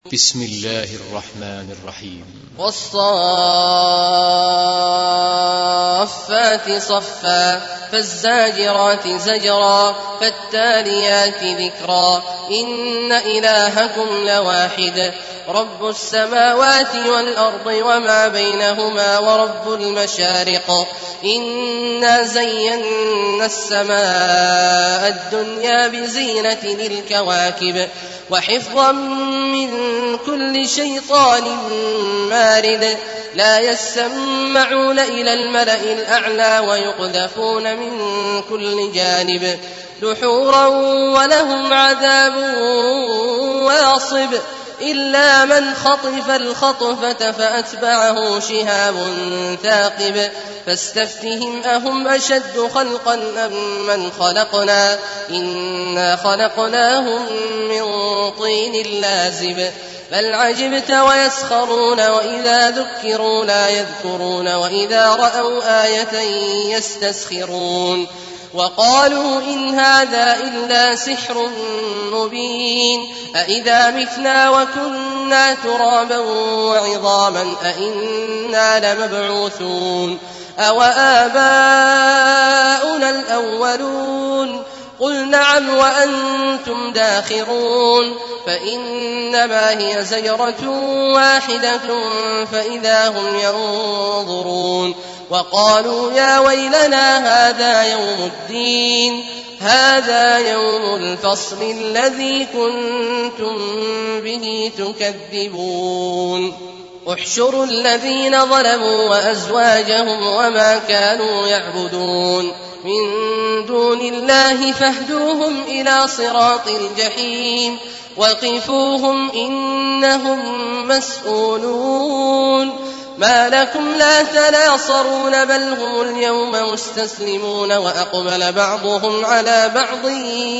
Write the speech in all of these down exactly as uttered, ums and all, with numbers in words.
بسم الله الرحمن الرحيم. والصافات صفا فالزاجرات زجرا فالتاليات ذكرا إن إلهكم لواحد رب السماوات والأرض وما بينهما ورب المشارق إنا زينا السماء الدنيا بزينة الكواكب وحفظا من كل شيطان مارد لا يسمعون إلى الملأ الأعلى ويقذفون من كل جانب دحورا ولهم عذاب واصب إلا من خطف الخطفة فأتبعه شهاب ثاقب فاستفتهم أهم أشد خلقا أم من خلقنا إنا خلقناهم من طين لازب بل عجبت ويسخرون وإذا ذكروا لا يذكرون وإذا رأوا آية يستسخرون وقالوا إن هذا إلا سحر مبين أإذا متنا وكنا ترابا وعظاما أإنا لمبعوثون أو آباؤنا الأولون قل نعم وأنتم داخرون فإنما هي زجرة واحدة فإذا هم ينظرون وقالوا يا ويلنا هذا يوم الدين هذا يوم الفصل الذي كنتم به تكذبون احشروا الذين ظلموا وأزواجهم وما كانوا يعبدون من دون الله فاهدوهم إلى صراط الجحيم وقفوهم إنهم مسؤولون ما لكم لا تناصرون بل هم اليوم مستسلمون وأقبل بعضهم على بعض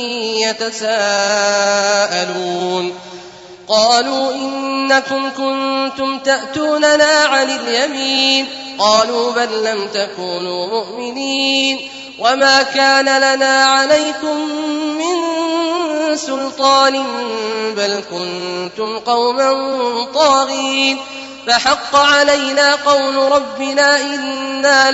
يتساءلون قالوا إنكم كنتم تأتوننا عن اليمين قالوا بل لم تكونوا مؤمنين وما كان لنا عليكم من سلطان بل كنتم قوما طاغين فحق علينا قول ربنا إنا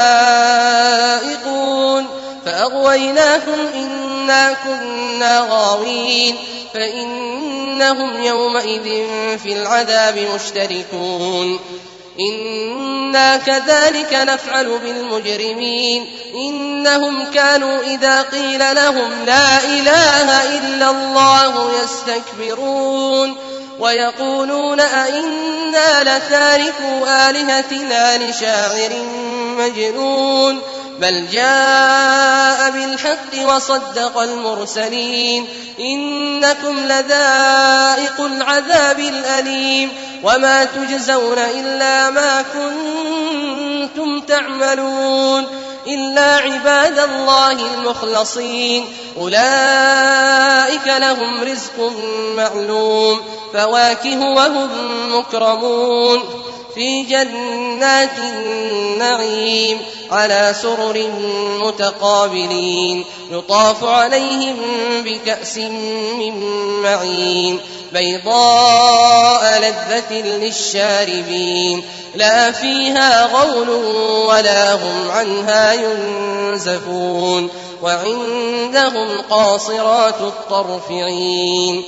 لذائقون فأغويناكم إنا كنا غاوين فإنهم يومئذ في العذاب مشتركون إنا كذلك نفعل بالمجرمين إنهم كانوا إذا قيل لهم لا إله إلا الله يستكبرون ويقولون أئنا لتاركوا آلهتنا لشاعر مجنون بل جاء بالحق وصدق المرسلين إنكم لذائق العذاب الأليم وما تجزون إلا ما كنتم تعملون إلا عباد الله المخلصين أولئك لهم رزق معلوم فواكه وهم مكرمون في جنات النعيم على سرر متقابلين يطاف عليهم بكأس من معين بيضاء لذة للشاربين لا فيها غول ولا هم عنها ينزفون وعندهم قاصرات الطرف عين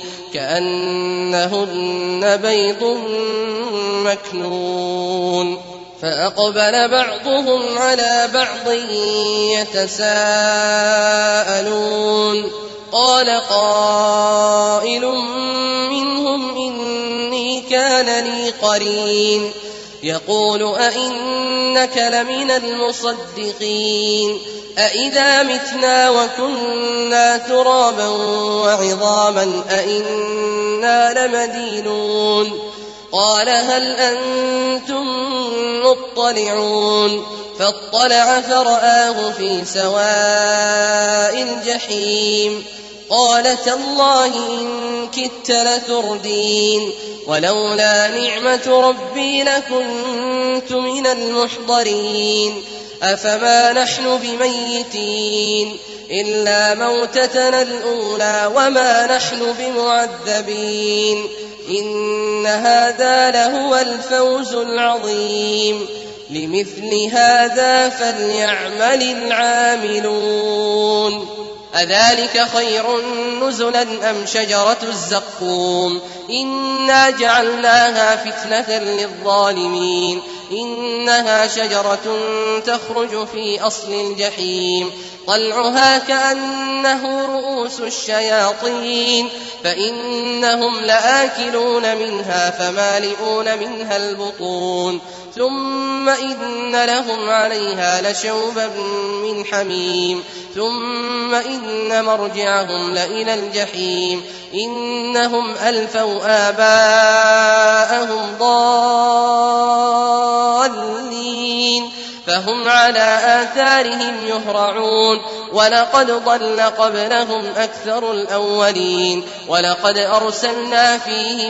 كأنهن بيض مكنون فأقبل بعضهم على بعض يتساءلون قال قائل منهم إني كان لي قرين يقول أئنك لمن المصدقين أئذا متنا وكنا ترابا وعظاما أئنا لمدينون قال هل أنتم مطلعون فاطلع فرآه في سواء الجحيم قال تالله إن كدت لتردين ولولا نعمة ربي لكنت من المحضرين أفما نحن بميتين إلا موتتنا الأولى وما نحن بمعذبين إن هذا لهو الفوز العظيم لمثل هذا فليعمل العاملون أذلك خير نزلا أم شجرة الزقوم إنا جعلناها فتنة للظالمين إنها شجرة تخرج في أصل الجحيم طلعها كأنه رؤوس الشياطين فإنهم لآكلون منها فمالئون منها البطون ثم إن لهم عليها لشوبا من حميم ثم إن مرجعهم لإلى الجحيم إنهم ألفوا آباءهم ضالين فهم على آثارهم يهرعون ولقد ضل قبلهم أكثر الأولين ولقد أرسلنا فيهم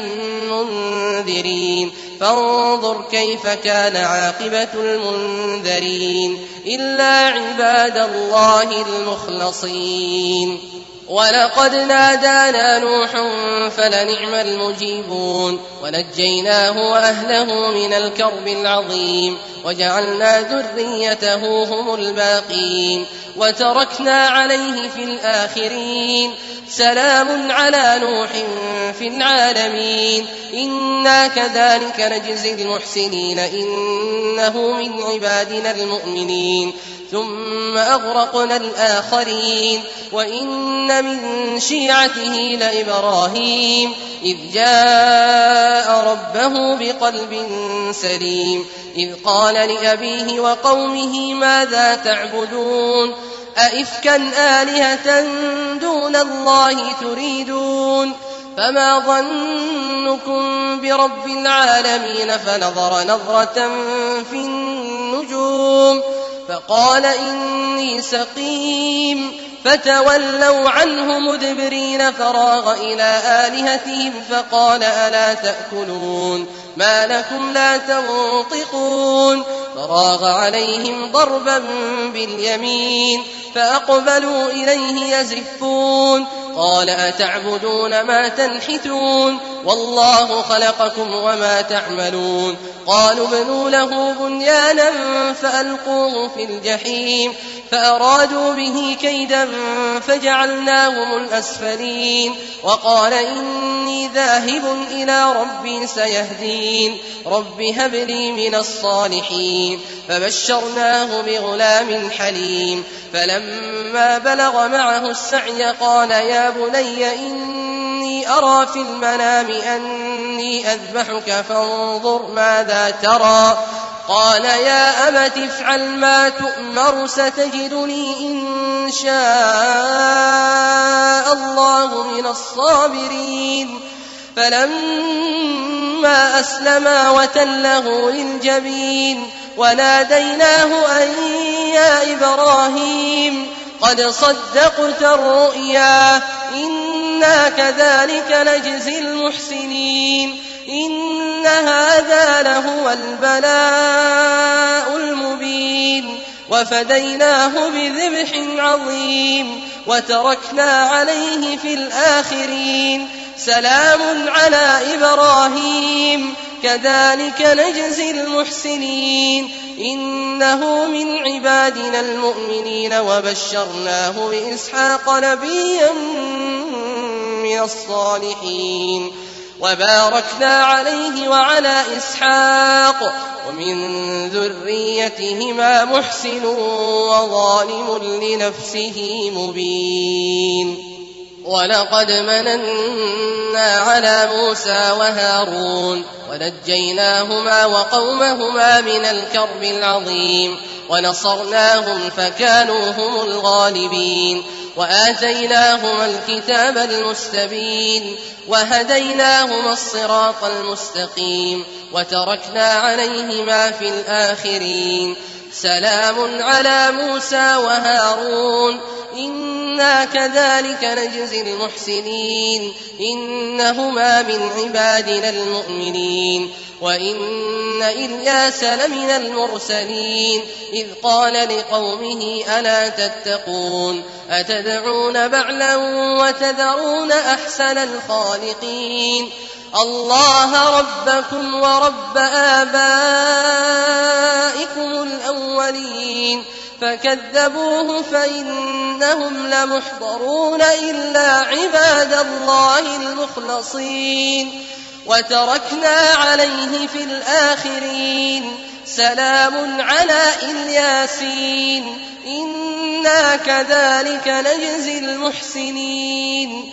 منذرين فانظر كيف كان عاقبة المنذرين إلا عباد الله المخلصين ولقد نادانا نوح فلنعم المجيبون ونجيناه وأهله من الكرب العظيم وجعلنا ذريته هم الباقين وتركنا عليه في الآخرين سلام على نوح في العالمين إنا كذلك نجزي المحسنين إنه من عبادنا المؤمنين ثم أغرقنا الآخرين وإن من شيعته لإبراهيم إذ جاء ربه بقلب سليم إذ قال لأبيه وقومه ماذا تعبدون أئفكا آلهة دون الله تريدون فما ظنكم برب العالمين فنظر نظرة في النجوم فقال إني سقيم فتولوا عنه مدبرين فراغ إلى آلهتهم فقال ألا تأكلون ما لكم لا تنطقون فراغ عليهم ضربا باليمين فأقبلوا إليه يزفون قال أتعبدون ما تنحتون والله خلقكم وما تعملون قالوا ابنوا له بنيانا فألقوه في الجحيم فأرادوا به كيدا فجعلناهم الأسفلين وقال إني ذاهب إلى ربي سيهدين رب هب لي من الصالحين فبشرناه بغلام حليم فلما بلغ معه السعي قال يا بني إني أرى في المنام أني أذبحك فانظر ماذا ترى قال يا أبت افعل ما تؤمر ستجدني إن شاء الله من الصابرين فلما أسلما وتله للجبين وناديناه أن يا إبراهيم قد صدقت الرؤيا إنا كذلك نجزي المحسنين إن هذا لهو البلاء المبين وفديناه بذبح عظيم وتركنا عليه في الآخرين سلام على إبراهيم كذلك نجزي المحسنين إنه من عبادنا المؤمنين وبشرناه بإسحاق نبيا من الصالحين وباركنا عليه وعلى إسحاق ومن ذريتهما محسن وظالم لنفسه مبين ولقد مننا على موسى وهارون ونجيناهما وقومهما من الكرب العظيم ونصرناهم فكانوا هم الغالبين وآتيناهما الكتاب المستبين وهديناهما الصراط المستقيم وتركنا عليهما في الآخرين سلام على موسى وهارون إنا كذلك نجزي المحسنين إنهما من عبادنا المؤمنين وإن إلياس لمن المرسلين إذ قال لقومه ألا تتقون أتدعون بعلا وتذرون أحسن الخالقين الله ربكم ورب آبائكم الأولين فكذبوه فإنهم لمحضرون إلا عباد الله المخلصين وتركنا عليه في الآخرين سلام على الياسين إنا كذلك نجزي المحسنين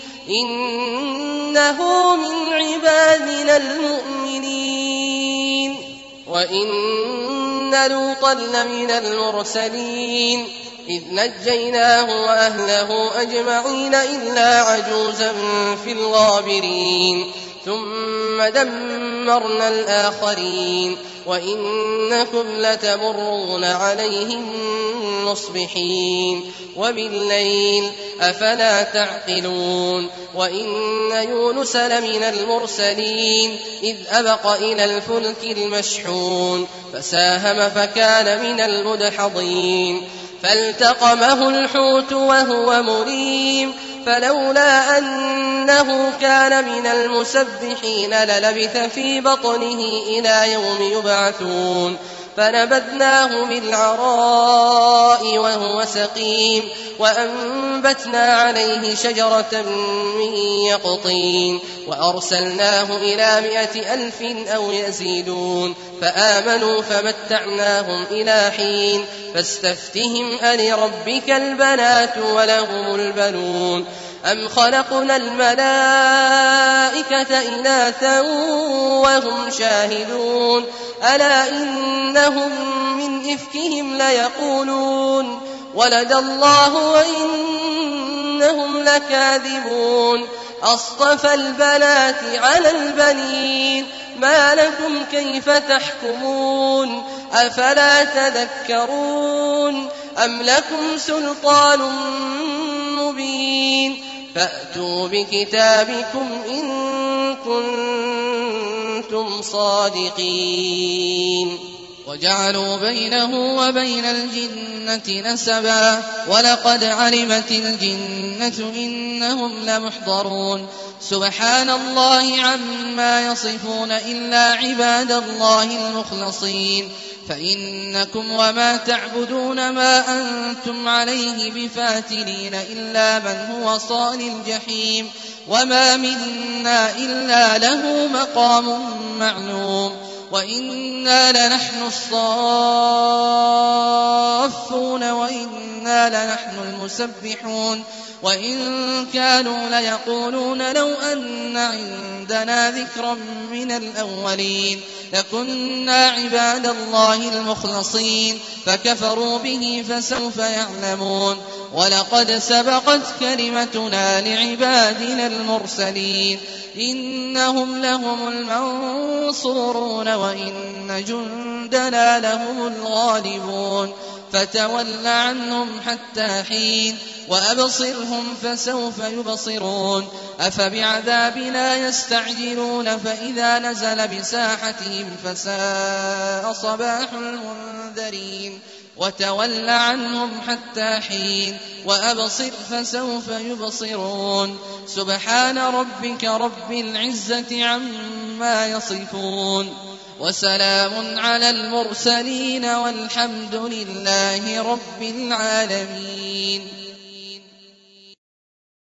إنه من عبادنا المؤمنين وإن لوطا لمن المرسلين إذ نجيناه وأهله أجمعين إلا عجوزا في الغابرين ثم دمرنا الآخرين وإنكم لتمرون عليهم مصبحين وبالليل أفلا تعقلون وإن يونس لمن المرسلين إذ أبق إلى الفلك المشحون فساهم فكان من المدحضين فالتقمه الحوت وهو مليم فلولا أنه كان من المسبحين للبث في بطنه إلى يوم يبعثون فنبذناه بالعراء وهو سقيم وأنبتنا عليه شجرة من يقطين وأرسلناه إلى مائة ألف أو يزيدون فآمنوا فمتعناهم إلى حين فاستفتهم ألربك البنات ولهم البنون أم خلقنا الملائكة إناثا وهم شاهدون ألا إنهم من إفكهم ليقولون ولد الله وإنهم لكاذبون أصطفى البنات على البنين ما لكم كيف تحكمون أفلا تذكرون أم لكم سلطان مبين فأتوا بكتابكم إن كنتم صادقين وجعلوا بينه وبين الجنة نسبا ولقد علمت الجنة إنهم لمحضرون سبحان الله عما يصفون إلا عباد الله المخلصين فإنكم وما تعبدون ما أنتم عليه بفاتنين إلا من هو صال الجحيم وما منا إلا له مقام معلوم وإنا لنحن الصافون وإنا لنحن المسبحون وإن كانوا ليقولون لو أن عندنا ذكرا من الأولين لكنا عباد الله المخلصين فكفروا به فسوف يعلمون ولقد سبقت كلمتنا لعبادنا المرسلين إنهم لهم المنصورون وإن جندنا لهم الغالبون فتول عنهم حتى حين وأبصرهم فسوف يبصرون أفبعذابنا يستعجلون فإذا نزل بساحتهم فساء صباح المنذرين وتول عنهم حتى حين وأبصر فسوف يبصرون سبحان ربك رب العزة عما يصفون وسلام على المرسلين والحمد لله رب العالمين.